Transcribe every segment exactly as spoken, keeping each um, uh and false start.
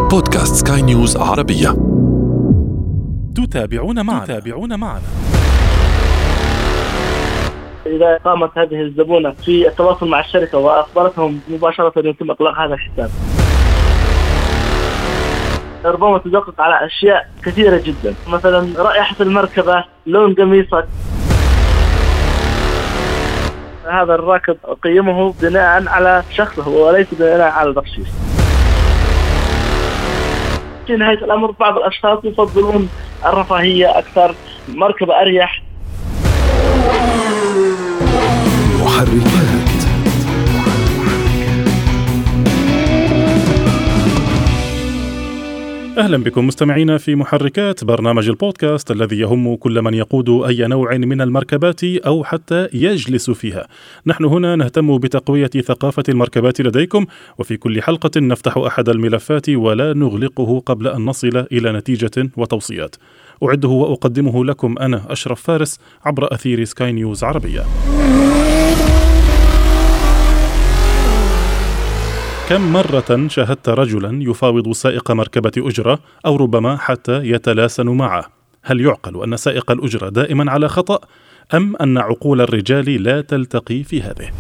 بودكاست سكاي نيوز عربية. تتابعون معنا تتابعون معنا إذا قامت هذه الزبونة في التواصل مع الشركة وأخبرتهم مباشرة يتم إغلاق هذا الحساب. ربما تدقق على أشياء كثيرة جدا، مثلا رائحة المركبة، لون قميصك. هذا الراكب قيمه بناء على شخصه وليس بناء على البخشيش. في نهاية الأمر بعض الأشخاص يفضلون الرفاهية أكثر، مركبة أريح. محركات. أهلا بكم مستمعينا في محركات، برنامج البودكاست الذي يهم كل من يقود أي نوع من المركبات أو حتى يجلس فيها. نحن هنا نهتم بتقوية ثقافة المركبات لديكم، وفي كل حلقة نفتح أحد الملفات ولا نغلقه قبل أن نصل إلى نتيجة وتوصيات. أعده وأقدمه لكم أنا أشرف فارس عبر أثير سكاي نيوز عربية. كم مرة شاهدت رجلا يفاوض سائق مركبة أجرة أو ربما حتى يتلاسن معه؟ هل يعقل أن سائق الأجرة دائما على خطأ، أم أن عقول الرجال لا تلتقي في هذه؟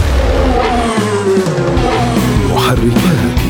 محركات.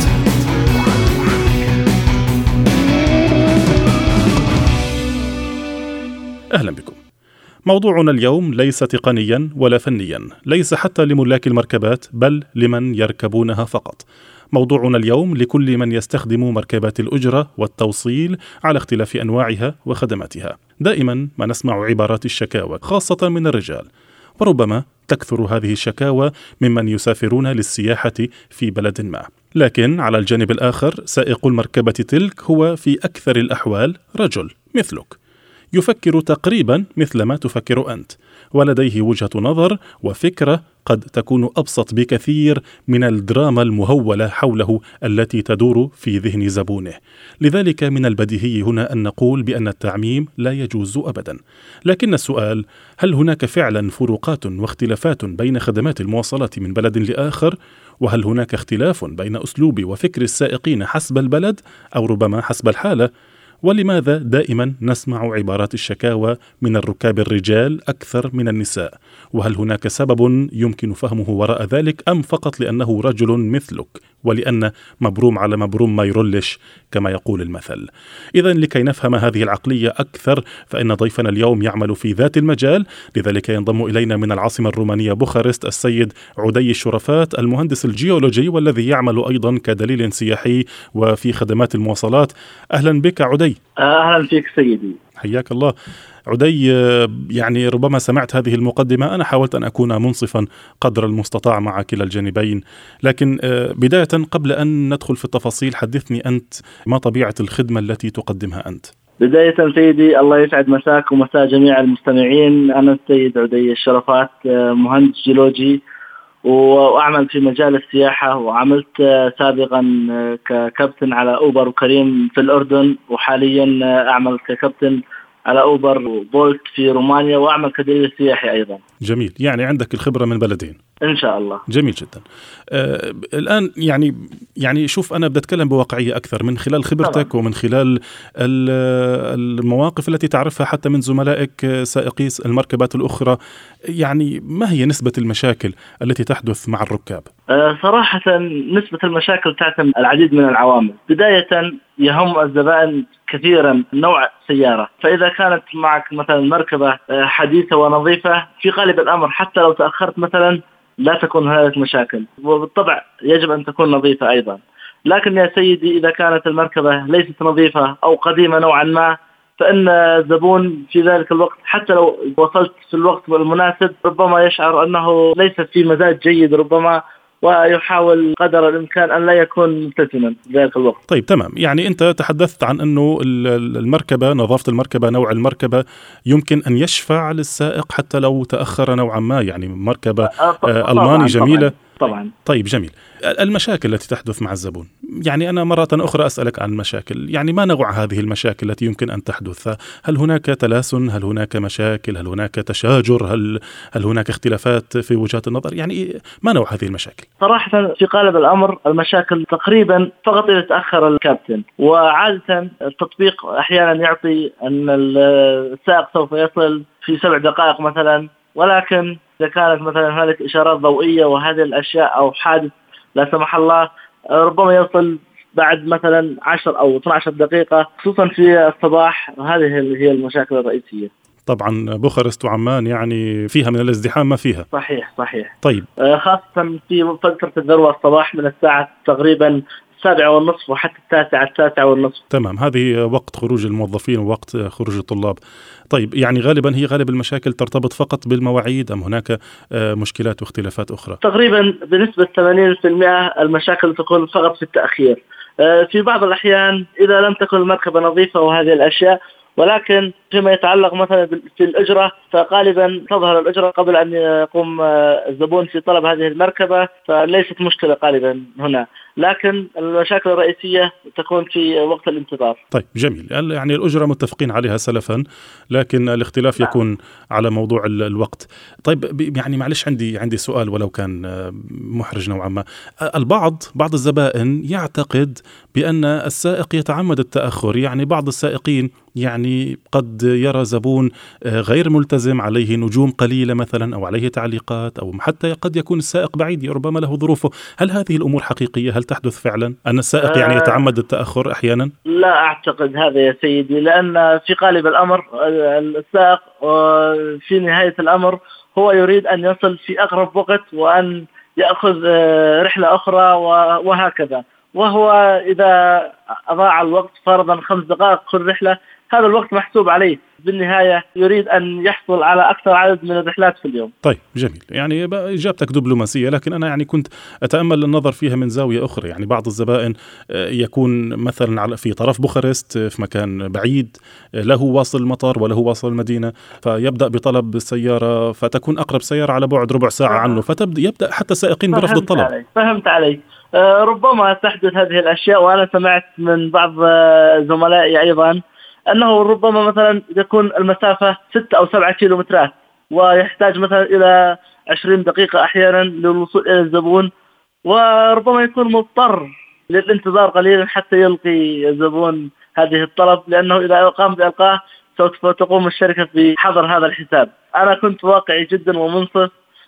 أهلا بكم. موضوعنا اليوم ليس تقنيا ولا فنيا، ليس حتى لملاك المركبات بل لمن يركبونها فقط. موضوعنا اليوم لكل من يستخدم مركبات الأجرة والتوصيل على اختلاف أنواعها وخدماتها. دائما ما نسمع عبارات الشكاوى خاصة من الرجال، وربما تكثر هذه الشكاوى ممن يسافرون للسياحة في بلد ما. لكن على الجانب الآخر سائق المركبة تلك هو في أكثر الأحوال رجل مثلك، يفكر تقريبا مثل ما تفكر أنت، ولديه وجهة نظر وفكرة قد تكون أبسط بكثير من الدراما المهولة حوله التي تدور في ذهن زبونه. لذلك من البديهي هنا أن نقول بأن التعميم لا يجوز أبدا. لكن السؤال، هل هناك فعلا فروقات واختلافات بين خدمات المواصلات من بلد لآخر؟ وهل هناك اختلاف بين أسلوب وفكر السائقين حسب البلد أو ربما حسب الحالة؟ ولماذا دائما نسمع عبارات الشكاوى من الركاب الرجال أكثر من النساء؟ وهل هناك سبب يمكن فهمه وراء ذلك، أم فقط لأنه رجل مثلك ولأن مبروم على مبروم ما يرلش كما يقول المثل؟ إذن لكي نفهم هذه العقلية أكثر فإن ضيفنا اليوم يعمل في ذات المجال، لذلك ينضم إلينا من العاصمة الرومانية بوخارست السيد عدي الشرفات، المهندس الجيولوجي والذي يعمل أيضا كدليل سياحي وفي خدمات المواصلات. أهلا بك عدي. أهلا فيك سيدي، حياك الله. عدي، يعني ربما سمعت هذه المقدمة، أنا حاولت أن أكون منصفا قدر المستطاع مع كلا الجانبين، لكن بداية قبل أن ندخل في التفاصيل حدثني أنت، ما طبيعة الخدمة التي تقدمها أنت؟ بداية سيدي الله يسعد مساك ومساء جميع المستمعين. أنا السيد عدي الشرفات، مهندس جيولوجي وأعمل في مجال السياحة، وعملت سابقا ككابتن على أوبر وكريم في الأردن، وحاليا أعمل ككابتن على أوبر وبولت في رومانيا، وأعمل كدليل سياحي أيضا. جميل، يعني عندك الخبرة من بلدين. إن شاء الله. جميل جدا. آه الآن يعني يعني شوف، أنا بدي أتكلم بواقعية أكثر من خلال خبرتك طبعا. ومن خلال المواقف التي تعرفها حتى من زملائك سائقي المركبات الأخرى. يعني ما هي نسبة المشاكل التي تحدث مع الركاب؟ آه صراحة نسبة المشاكل تعتمد العديد من العوامل. بداية يهم الزبائن كثيرا نوع سيارة، فإذا كانت معك مثلا مركبة حديثة ونظيفة في غالب الأمر حتى لو تأخرت مثلا لا تكون هناك مشاكل، وبالطبع يجب أن تكون نظيفة أيضا. لكن يا سيدي إذا كانت المركبة ليست نظيفة أو قديمة نوعا ما، فإن الزبون في ذلك الوقت حتى لو وصلت في الوقت المناسب ربما يشعر أنه ليس في مزاج جيد ربما، ويحاول قدر الإمكان أن لا يكون مبتسما في ذلك الوقت. طيب تمام، يعني أنت تحدثت عن أنه المركبة، نظافة المركبة، نوع المركبة يمكن أن يشفع للسائق حتى لو تأخر نوعا ما، يعني مركبة آه ألماني جميلة. طبعا. طيب جميل. المشاكل التي تحدث مع الزبون يعني أنا مرة أخرى أسألك عن المشاكل، يعني ما نوع هذه المشاكل التي يمكن أن تحدث؟ هل هناك تلاسن؟ هل هناك مشاكل؟ هل هناك تشاجر؟ هل هل هناك اختلافات في وجهات النظر؟ يعني ما نوع هذه المشاكل؟ صراحة في قالب الأمر المشاكل تقريبا فقط إذا تأخر الكابتن، وعادة التطبيق أحيانا يعطي أن السائق سوف يصل في سبع دقائق مثلا، ولكن إذا كانت مثلا هناك إشارات ضوئية وهذه الأشياء أو حادث لا سمح الله ربما يصل بعد مثلا عشر أو اثنتي عشرة دقيقة، خصوصا في الصباح. هذه هي المشاكل الرئيسية. طبعا بوخارست وعمان يعني فيها من الازدحام ما فيها. صحيح صحيح. طيب خاصة في فترة الذروة الصباح من الساعة تقريبا السابعة والنصف وحتى التاسعة التاسعة والنصف. تمام، هذه وقت خروج الموظفين ووقت خروج الطلاب. طيب يعني غالبا هي غالب المشاكل ترتبط فقط بالمواعيد أم هناك مشكلات واختلافات أخرى؟ تقريبا بنسبة ثمانين بالمئة المشاكل تكون فقط في التأخير. في بعض الأحيان إذا لم تكن المركبة نظيفة وهذه الأشياء، ولكن فيما يتعلق مثلا في الأجرة فغالبا تظهر الأجرة قبل أن يقوم الزبون في طلب هذه المركبة، فليست مشكلة غالبا هنا، لكن المشاكل الرئيسية تكون في وقت الانتظار. طيب جميل، يعني الأجرة متفقين عليها سلفا، لكن الاختلاف نعم. يكون على موضوع الوقت. طيب يعني معلش عندي عندي سؤال ولو كان محرج نوعا ما. البعض بعض الزبائن يعتقد بأن السائق يتعمد التأخر، يعني بعض السائقين يعني قد يرى زبون غير ملتزم عليه نجوم قليلة مثلا أو عليه تعليقات، أو حتى قد يكون السائق بعيد ربما له ظروفه. هل هذه الأمور حقيقية؟ هل تحدث فعلا أن السائق يعني يتعمد التأخر أحيانا؟ لا أعتقد هذا يا سيدي، لأن في غالب الأمر السائق في نهاية الأمر هو يريد أن يصل في أقرب وقت وأن يأخذ رحلة أخرى وهكذا، وهو إذا أضاع الوقت فرضا خمس دقائق كل رحلة، هذا الوقت محسوب عليه، بالنهاية يريد أن يحصل على أكثر عدد من الرحلات في اليوم. طيب جميل، يعني إجابتك دبلوماسية، لكن أنا يعني كنت أتأمل النظر فيها من زاوية أخرى. يعني بعض الزبائن يكون مثلا في طرف بوخارست في مكان بعيد، له واصل المطار وله واصل المدينة، فيبدأ بطلب السيارة فتكون أقرب سيارة على بعد ربع ساعة عنه، فتبدأ يبدأ حتى السائقين برفض الطلب. علي. فهمت علي. ربما تحدث هذه الأشياء، وأنا سمعت من بعض زملائي أيضا أنه ربما مثلا يكون المسافة ستة أو سبعة كيلومترات ويحتاج مثلا إلى عشرين دقيقة أحيانا للوصول إلى الزبون، وربما يكون مضطر للانتظار قليلا حتى يلقي الزبون هذه الطلب، لأنه إذا قام بإلقاه سوف تقوم الشركة بحظر هذا الحساب. أنا كنت واقعي جدا ومنصف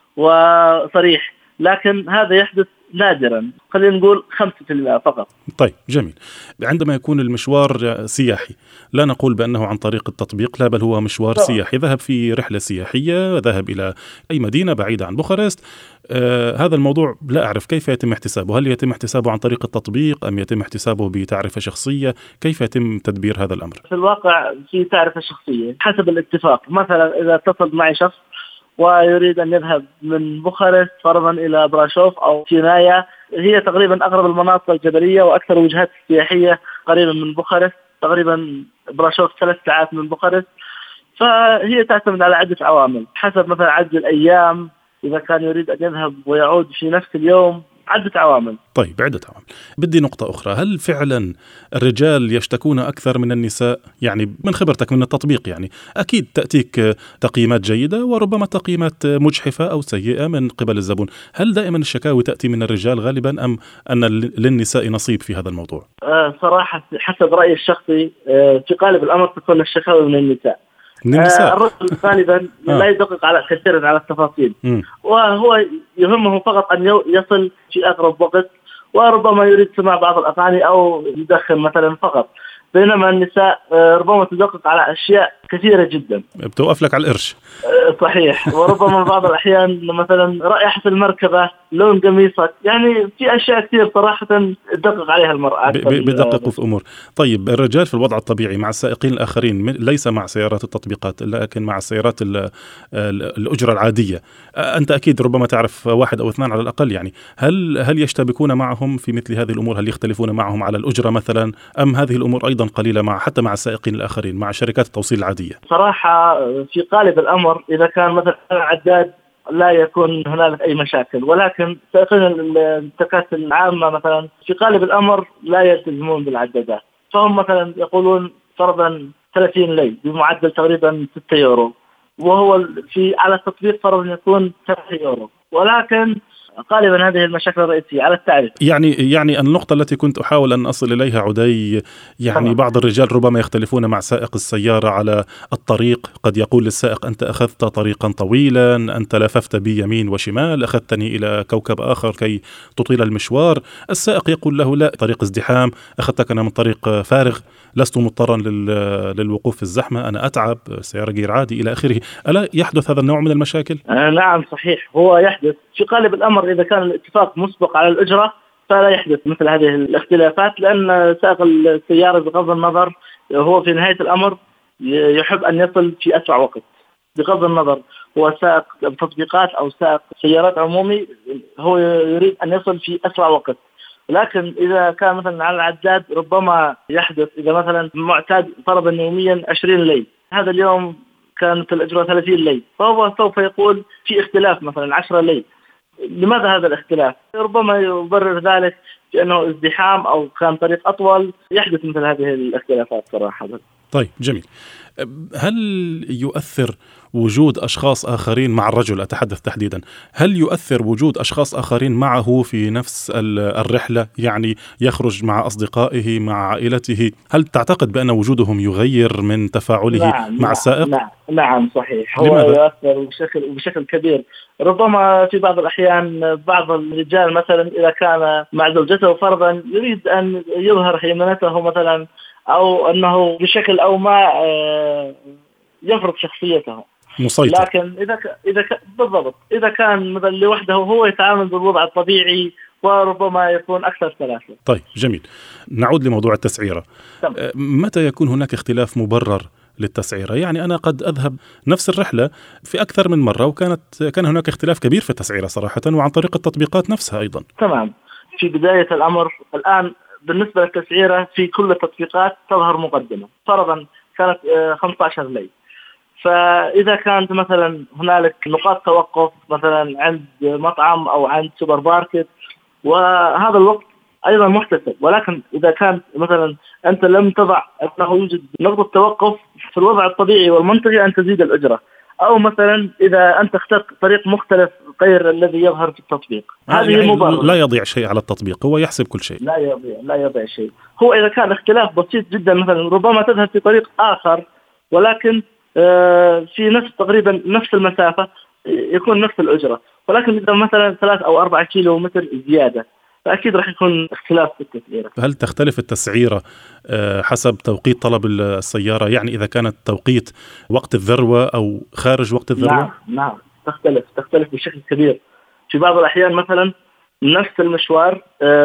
وصريح، لكن هذا يحدث نادرا، خلينا نقول خمسة بالمئة فقط. طيب جميل. عندما يكون المشوار سياحي، لا نقول بأنه عن طريق التطبيق، لا بل هو مشوار طبعا. سياحي، ذهب في رحلة سياحية، ذهب إلى أي مدينة بعيدة عن بوخارست، آه هذا الموضوع لا أعرف كيف يتم احتسابه. هل يتم احتسابه عن طريق التطبيق أم يتم احتسابه بتعرفة شخصية؟ كيف يتم تدبير هذا الأمر؟ في الواقع في تعرفة شخصية حسب الاتفاق. مثلا إذا اتصل معي شخص ويريد أن يذهب من بوخارست فرضا إلى براشوف أو سينايا، هي تقريبا أقرب المناطق الجبلية وأكثر وجهات سياحية قريبا من بوخارست، تقريبا براشوف ثلاث ساعات من بوخارست، فهي تعتمد على عدة عوامل حسب مثلا عدد الأيام، إذا كان يريد أن يذهب ويعود في نفس اليوم، عدة عوامل. طيب عدة عوامل. بدي نقطة أخرى، هل فعلا الرجال يشتكون أكثر من النساء؟ يعني من خبرتك من التطبيق، يعني أكيد تأتيك تقييمات جيدة وربما تقييمات مجحفة أو سيئة من قبل الزبون، هل دائما الشكاوي تأتي من الرجال غالبا أم أن للنساء نصيب في هذا الموضوع؟ أه صراحة حسب رأيي الشخصي أه في غالب الأمر تكون الشكاوي من النساء. من النساء. آه الرجل غالبا لا يدقق على كثيرا على التفاصيل، م. وهو يهمه فقط أن يصل في أقرب وقت، وربما يريد سماع بعض الأغاني أو يدخن مثلا فقط، بينما النساء ربما تدقق على أشياء كثيرة جدا، بتوقف لك على القرش. صحيح. وربما بعض الأحيان مثلا رائحة المركبة، لون قميصك، يعني في أشياء كثير صراحة تدقق على المرأة، بدققوا في أمور. طيب الرجال في الوضع الطبيعي مع السائقين الآخرين، ليس مع سيارات التطبيقات لكن مع السيارات الأجرة العادية، أنت أكيد ربما تعرف واحد أو اثنان على الأقل، يعني هل هل يشتبكون معهم في مثل هذه الأمور؟ هل يختلفون معهم على الأجرة مثلا، أم هذه الأمور أيضا قليلة مع حتى مع السائقين الآخرين مع شركات التوصيل العادية؟ صراحة في غالب الأمر إذا كان مثلا عداد لا يكون هنالك أي مشاكل، ولكن سائقين التكاسي العامة مثلا في غالب الأمر لا يلتزمون بالعدادات، فهم مثلا يقولون فرضا ثلاثين لي بمعدل تقريبا ستة يورو، وهو في على التطبيق فرضا يكون ثلاثة يورو، ولكن غالبا هذه المشاكل الرئيسية على التعريف. يعني يعني النقطة التي كنت أحاول أن أصل إليها عدي، يعني طبعا. بعض الرجال ربما يختلفون مع سائق السيارة على الطريق، قد يقول للسائق أنت أخذت طريقا طويلا، أنت لففت بي يمين وشمال، أخذتني إلى كوكب آخر كي تطيل المشوار. السائق يقول له لا، طريق ازدحام، أخذتك أنا من طريق فارغ، لست مضطرا للوقوف في الزحمة، أنا أتعب، سيارة غير عادي إلى آخره. ألا يحدث هذا النوع من المشاكل؟ آه نعم صحيح، هو يحدث في غالب الأمر إذا كان الاتفاق مسبق على الأجرة فلا يحدث مثل هذه الاختلافات، لأن سائق السيارة بغض النظر هو في نهاية الأمر يحب أن يصل في أسرع وقت، بغض النظر هو سائق تطبيقات أو سائق سيارات عمومي، هو يريد أن يصل في أسرع وقت. لكن إذا كان مثلا على العداد ربما يحدث إذا مثلا معتاد فرضا يوميا عشرين لي، هذا اليوم كانت الأجرة ثلاثين لي، فهو سوف يقول في اختلاف مثلا عشرة لي. لماذا هذا الاختلاف؟ ربما يبرر ذلك بأنه ازدحام أو كان طريق أطول، يحدث مثل هذه الاختلافات صراحة. طيب جميل. هل يؤثر وجود أشخاص آخرين مع الرجل، أتحدث تحديدا، هل يؤثر وجود أشخاص آخرين معه في نفس الرحلة؟ يعني يخرج مع أصدقائه مع عائلته، هل تعتقد بأن وجودهم يغير من تفاعله نعم مع السائق؟ نعم نعم صحيح، هو لماذا؟ يؤثر بشكل بشكل كبير. ربما في بعض الأحيان بعض الرجال مثلا إذا كان مع زوجته فرضا يريد أن يظهر هيمنته مثلا، أو أنه بشكل أو ما يفرض شخصيته مسيطر. لكن إذا ك... إذا ك... بالضبط إذا كان مثلا لوحده هو يتعامل بالوضع الطبيعي وربما يكون أكثر سلاسة. طيب جميل. نعود لموضوع التسعيرة. طبعا. متى يكون هناك اختلاف مبرر للتسعيرة؟ يعني أنا قد أذهب نفس الرحلة في أكثر من مرة وكانت كان هناك اختلاف كبير في التسعيرة صراحة، وعن طريق التطبيقات نفسها أيضا. تمام. في بداية الأمر الآن بالنسبة للتسعيرة في كل التطبيقات تظهر مقدمة، فرضا كانت خمسة عشر لي، فإذا كانت مثلا هنالك نقاط توقف مثلا عند مطعم أو عند سوبر ماركت وهذا الوقت أيضا محتسب، ولكن إذا كان مثلا أنت لم تضع أنه يوجد نقطة توقف في الوضع الطبيعي والمنطقي أن تزيد الأجرة، أو مثلا إذا أنت اخترت طريق مختلف غير الذي يظهر في التطبيق. هذه يعني مبرر. لا يضيع شيء على التطبيق، هو يحسب كل شيء. لا يضيع لا يضيع شيء. هو إذا كان اختلاف بسيط جدا مثلا ربما تذهب في طريق آخر ولكن في نفس تقريبا نفس المسافة يكون نفس الأجرة، ولكن إذا مثلا ثلاث أو أربعة كيلو متر زيادة فأكيد راح يكون اختلاف في التسعيرة. هل تختلف التسعيرة حسب توقيت طلب السيارة؟ يعني إذا كانت توقيت وقت الذروة أو خارج وقت الذروة؟ نعم نعم تختلف تختلف بشكل كبير. في بعض الأحيان مثلا نفس المشوار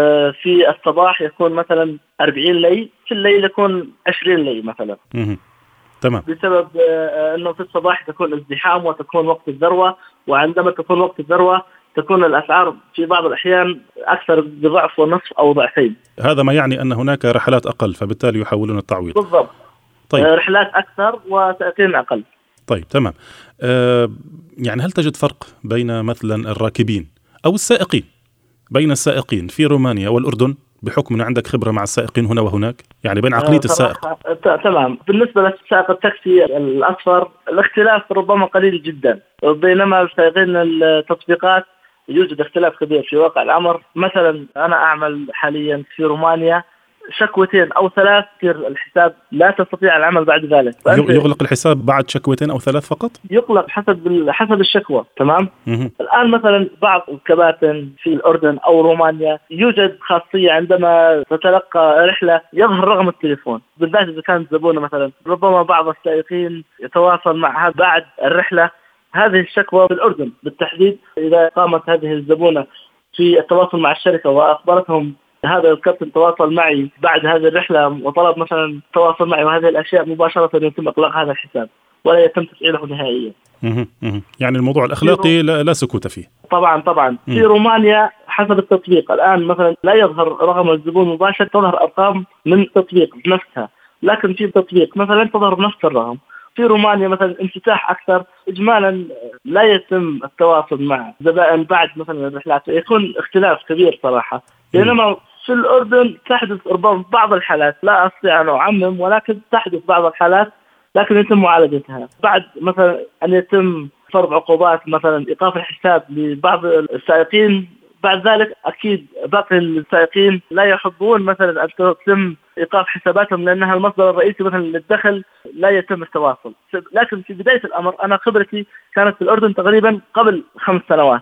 في الصباح يكون مثلا أربعين لي، في الليل يكون عشرين لي مثلا. مه. تمام. بسبب أنه في الصباح تكون ازدحام وتكون وقت الذروة، وعندما تكون وقت الذروة تكون الأسعار في بعض الأحيان أكثر بضعف ونصف أو ضعفين. هذا ما يعني أن هناك رحلات أقل فبالتالي يحاولون التعويض. بالضبط. طيب. رحلات أكثر وسائقين أقل. طيب تمام. أه يعني هل تجد فرق بين مثلا الراكبين أو السائقين، بين السائقين في رومانيا والأردن بحكم أن عندك خبرة مع السائقين هنا وهناك، يعني بين عقلية السائق؟ تمام. بالنسبة للسائق التاكسي الأصفر الاختلاف ربما قليل جدا، بينما السائقين التطبيقات يوجد اختلاف كبير في واقع الأمر. مثلا أنا أعمل حاليا في رومانيا، شكوتين أو ثلاث تصير الحساب لا تستطيع العمل بعد ذلك. يغلق الحساب بعد شكوتين أو ثلاث فقط؟ يغلق حسب حسب الشكوى. تمام. م- الآن مثلا بعض الكباتن في الأردن أو رومانيا يوجد خاصية عندما تتلقى رحلة يظهر رقم التليفون، بالذات إذا كانت زبونة مثلا. ربما بعض السائقين يتواصل معها بعد الرحلة. هذه الشكوى في الأردن بالتحديد، إذا قامت هذه الزبونة في التواصل مع الشركة وأخبرتهم هذا الكابتن تواصل معي بعد هذه الرحلة وطلب مثلا التواصل معي وهذه الأشياء، مباشرة يتم إغلاق هذا الحساب ولا يتم تفعيله نهائيا. يعني الموضوع الأخلاقي لا, لا سكوت فيه. طبعا طبعا. مم. في رومانيا حسب التطبيق الآن مثلا لا يظهر رقم الزبون مباشر، تظهر أرقام من التطبيق نفسها، لكن في تطبيق مثلا تظهر نفس الرقم. في رومانيا مثلا انفتاح أكثر، إجمالا لا يتم التواصل مع زبائن بعد مثلا الرحلات، يكون اختلاف كبير صراحة. بينما في الأردن تحدث ربما بعض الحالات، لا أستطيع أن أعمم، ولكن تحدث بعض الحالات لكن يتم معالجتها بعد مثلا أن يتم فرض عقوبات، مثلا إيقاف الحساب لبعض السائقين. بعد ذلك أكيد باقي السائقين لا يحبون مثلا أن تتم إيقاف حساباتهم لأنها المصدر الرئيسي مثلا للدخل، لا يتم التواصل. لكن في بداية الأمر أنا خبرتي كانت في الأردن تقريبا قبل خمس سنوات.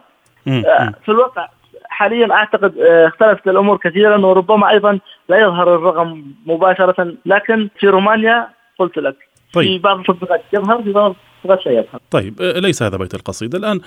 في الواقع حاليا أعتقد اختلفت الأمور كثيرا، وربما أيضا لا يظهر الرقم مباشرة، لكن في رومانيا قلت لك طيب. في بعض التطبيقات يظهر، في بعض التطبيقات لا يظهر. طيب ليس هذا بيت القصيدة. الآن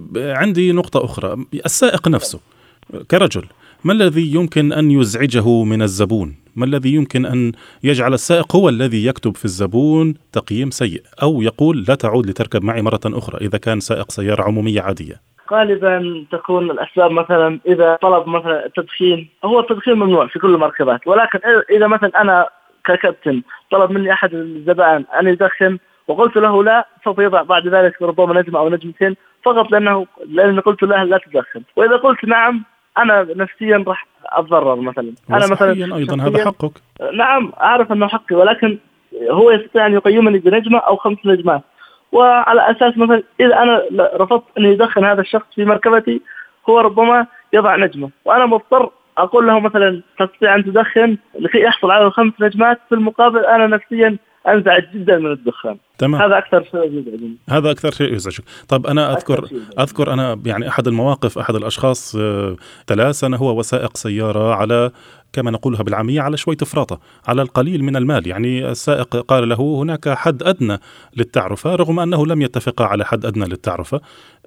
عندي نقطة أخرى، السائق نفسه كرجل، ما الذي يمكن أن يزعجه من الزبون؟ ما الذي يمكن أن يجعل السائق هو الذي يكتب في الزبون تقييم سيء أو يقول لا تعود لتركب معي مرة أخرى إذا كان سائق سيارة عمومية عادية؟ غالبا تكون الأسباب مثلا إذا طلب مثلا التدخين، هو التدخين ممنوع في كل المركبات، ولكن إذا مثلا أنا ككابتن طلب مني أحد الزبائن أن يدخن وقلت له لا، سوف يضع بعد ذلك ربما نجمة أو نجمتين فقط لأنه لأن قلت له لا تدخن. وإذا قلت نعم أنا نفسيا راح أتضرر مثلا. أنا مثلا أيضا هذا حقك. نعم أعرف أنه حقي، ولكن هو يستطيع أن يقيمني بنجمة أو خمس نجمات، وعلى أساس مثلا إذا أنا رفضت أن يدخن هذا الشخص في مركبتي هو ربما يضع نجمة، وأنا مضطر أقول له مثلا تستطيع أن تدخن لكي يحصل على الخمس نجمات، في المقابل أنا نفسيا أنزعج جدا من الدخان. تمام. هذا أكثر شيء يزعجني. هذا أكثر شيء يزعجك. طب أنا أذكر أذكر أنا يعني أحد المواقف، أحد الأشخاص تلاسن هو وسائق سيارة على كما نقولها بالعامية على شوية فرطة، على القليل من المال. يعني السائق قال له هناك حد أدنى للتعرفة رغم أنه لم يتفق على حد أدنى للتعرفة.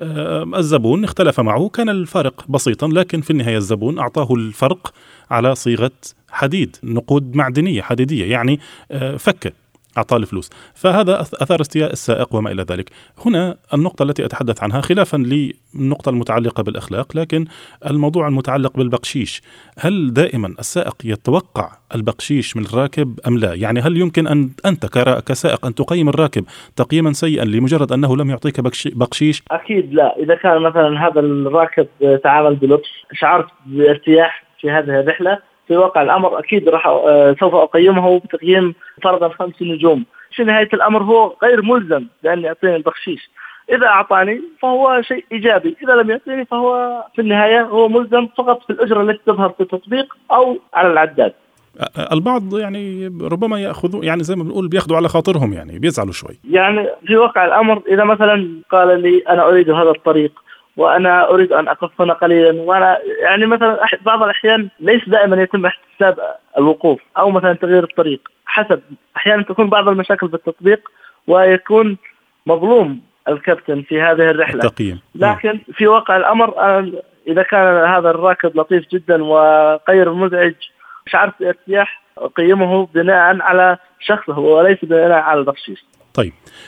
الزبون اختلف معه، كان الفارق بسيطا، لكن في النهاية الزبون أعطاه الفرق على صيغة حديد، نقود معدنية حديدية، يعني فكة، أعطاه الفلوس. فهذا أثار استياء السائق وما إلى ذلك. هنا النقطة التي أتحدث عنها خلافا للنقطة المتعلقة بالأخلاق، لكن الموضوع المتعلق بالبقشيش، هل دائما السائق يتوقع البقشيش من الراكب أم لا؟ يعني هل يمكن أن أنت كسائق أن تقيم الراكب تقييما سيئا لمجرد أنه لم يعطيك بقشيش؟ أكيد لا. إذا كان مثلا هذا الراكب تعامل بلطف، شعرت بارتياح في هذه الرحلة، في واقع الأمر أكيد راح سوف أقيمه بتقييم فرضا خمس نجوم. في نهاية الأمر هو غير ملزم بأن يعطيني البخشيش. إذا أعطاني فهو شيء إيجابي، إذا لم يعطيني فهو في النهاية هو ملزم فقط في الأجرة التي تظهر في التطبيق أو على العداد. البعض يعني ربما يأخذوا، يعني زي ما بنقول بيأخذوا على خاطرهم، يعني بيزعلوا شوي. يعني في واقع الأمر إذا مثلا قال لي أنا أريد هذا الطريق وأنا أريد أن أقف هنا قليلا، وأنا يعني مثلا بعض الأحيان ليس دائما يتم احتساب الوقوف أو مثلا تغيير الطريق، حسب أحيانا تكون بعض المشاكل في التطبيق ويكون مظلوم الكابتن في هذه الرحلة التقييم. لكن في واقع الأمر إذا كان هذا الراكب لطيف جدا وغير مزعج، شعرت ارتياح، أقيمه بناء على شخصه وليس بناء على البخشيش. طيب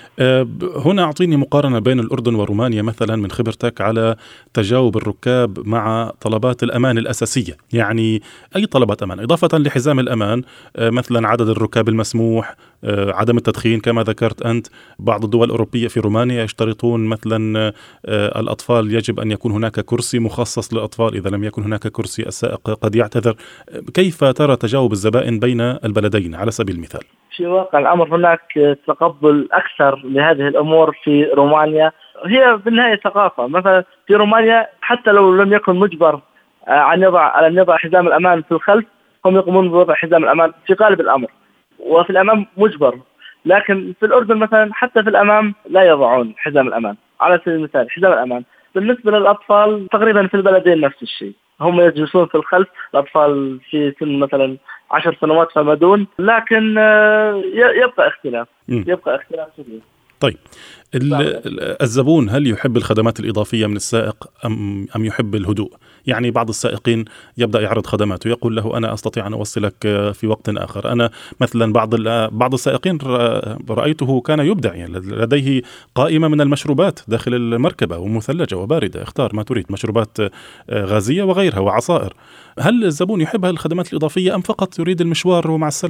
هنا أعطيني مقارنة بين الأردن ورومانيا مثلا من خبرتك على تجاوب الركاب مع طلبات الأمان الأساسية، يعني أي طلبات أمان إضافة لحزام الأمان، مثلا عدد الركاب المسموح، عدم التدخين كما ذكرت أنت. بعض الدول الأوروبية في رومانيا يشترطون مثلا الأطفال يجب أن يكون هناك كرسي مخصص للأطفال، إذا لم يكن هناك كرسي السائق قد يعتذر. كيف ترى تجاوب الزبائن بين البلدين على سبيل المثال؟ في واقع الأمر هناك تقبل أكثر لهذه الأمور في رومانيا، هي بالنهاية ثقافة. مثلا في رومانيا حتى لو لم يكن مجبر أن يضع أن يضع حزام الأمان في الخلف، هم يقومون بوضع حزام الأمان في غالب الأمر، وفي الأمام مجبر. لكن في الأردن مثلا حتى في الأمام لا يضعون حزام الأمان. على سبيل المثال حزام الأمان بالنسبة للأطفال تقريبا في البلدين نفس الشيء، هم يجلسون في الخلف، الأطفال في سن مثلا عشر سنوات فما دون، لكن يبقى اختلاف يبقى اختلاف كبير. طيب الزبون هل يحب الخدمات الإضافية من السائق أم أم يحب الهدوء؟ يعني بعض السائقين يبدأ يعرض خدماته، يقول له أنا أستطيع أن أوصلك في وقت آخر. أنا مثلا بعض بعض السائقين رأيته كان يبدع، يعني لديه قائمة من المشروبات داخل المركبة ومثلجة وباردة، اختار ما تريد، مشروبات غازية وغيرها وعصائر. هل الزبون يحب هذه الخدمات الإضافية أم فقط يريد المشوار ومع السلامة؟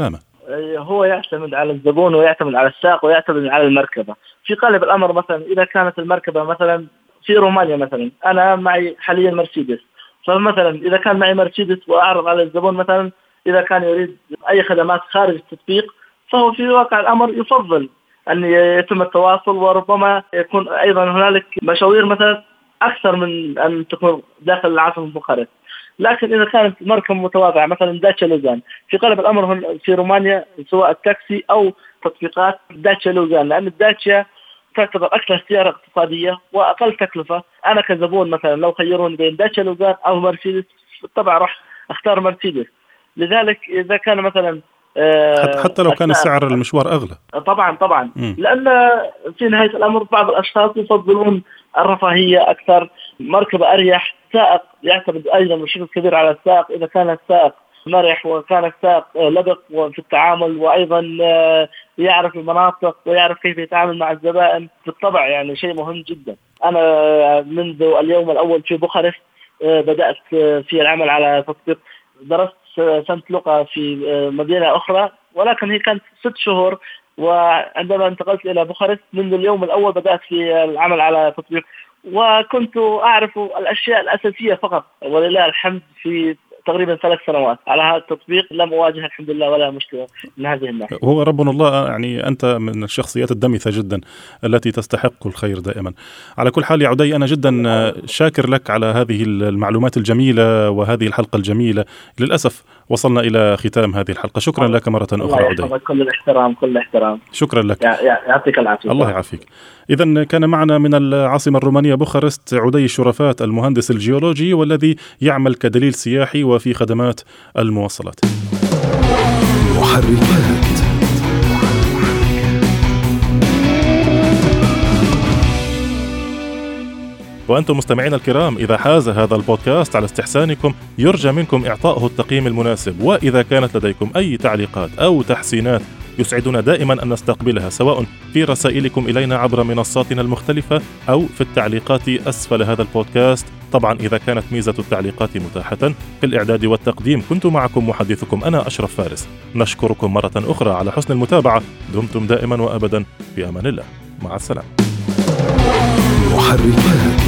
هو يعتمد على الزبون ويعتمد على السائق ويعتمد على المركبة. في قالب الأمر مثلا إذا كانت المركبة مثلا في رومانيا، مثلا أنا معي حاليا مرسيدس، فمثلا إذا كان معي مرسيدس وأعرض على الزبون مثلا إذا كان يريد أي خدمات خارج التطبيق، فهو في واقع الأمر يفضل أن يتم التواصل، وربما يكون أيضا هنالك مشاوير مثلا أكثر من أن تكون داخل العاصمة بوخارست. لكن إذا كانت مركبة متواضعة مثلا داتشا لوزان، في قلب الأمر في رومانيا سواء التاكسي أو تطبيقات داتشا لوزان، لأن الداتشا تعتبر أكثر سيارة اقتصادية وأقل تكلفة. أنا كزبون مثلا لو خيروني بين داتشا لوزان أو مرسيدس طبعا راح أختار مرسيدس. لذلك إذا كان مثلا حتى لو كان سعر المشوار أغلى، طبعا طبعا م. لأن في نهاية الأمر بعض الأشخاص يفضلون الرفاهية أكثر، مركبة أريح، سائق يعتمد أيضا بشكل كبير على السائق. إذا كان السائق مرح وكان السائق لبق في التعامل وأيضا يعرف المناطق ويعرف كيف يتعامل مع الزبائن، بالطبع يعني شيء مهم جدا. أنا منذ اليوم الأول في بوخارست بدأت في العمل على تطبيق. درست سنة لغة في مدينة أخرى ولكن هي كانت ست شهور، وعندما انتقلت إلى بوخارست منذ اليوم الأول بدأت في العمل على تطبيق، وكنت أعرف الأشياء الأساسية فقط ولله الحمد. في تقريبا ثلاث سنوات على هذا التطبيق لم أواجه الحمد لله ولا مشكلة من هذه الناحية. هو ربنا الله، يعني أنت من الشخصيات الدمثة جدا التي تستحق الخير دائما. على كل حال يا عدي، أنا جدا شاكر لك على هذه المعلومات الجميلة وهذه الحلقة الجميلة. للأسف وصلنا إلى ختام هذه الحلقة. شكرا لك مرة أخرى عدي. كل الاحترام كل الاحترام. شكرا لك. يعطيك العافية. الله يعافيك. إذن كان معنا من العاصمة الرومانية بوخارست عدي الشرفات، المهندس الجيولوجي والذي يعمل كدليل سياحي وفي خدمات المواصلات. محركات. وأنتم مستمعينا الكرام، إذا حاز هذا البودكاست على استحسانكم يرجى منكم إعطائه التقييم المناسب، وإذا كانت لديكم أي تعليقات أو تحسينات يسعدنا دائما أن نستقبلها، سواء في رسائلكم إلينا عبر منصاتنا المختلفة أو في التعليقات أسفل هذا البودكاست. طبعا إذا كانت ميزة التعليقات متاحة. في الإعداد والتقديم كنت معكم محدثكم أنا أشرف فارس. نشكركم مرة أخرى على حسن المتابعة. دمتم دائما وأبدا في أمان الله. مع السلامة. محركات.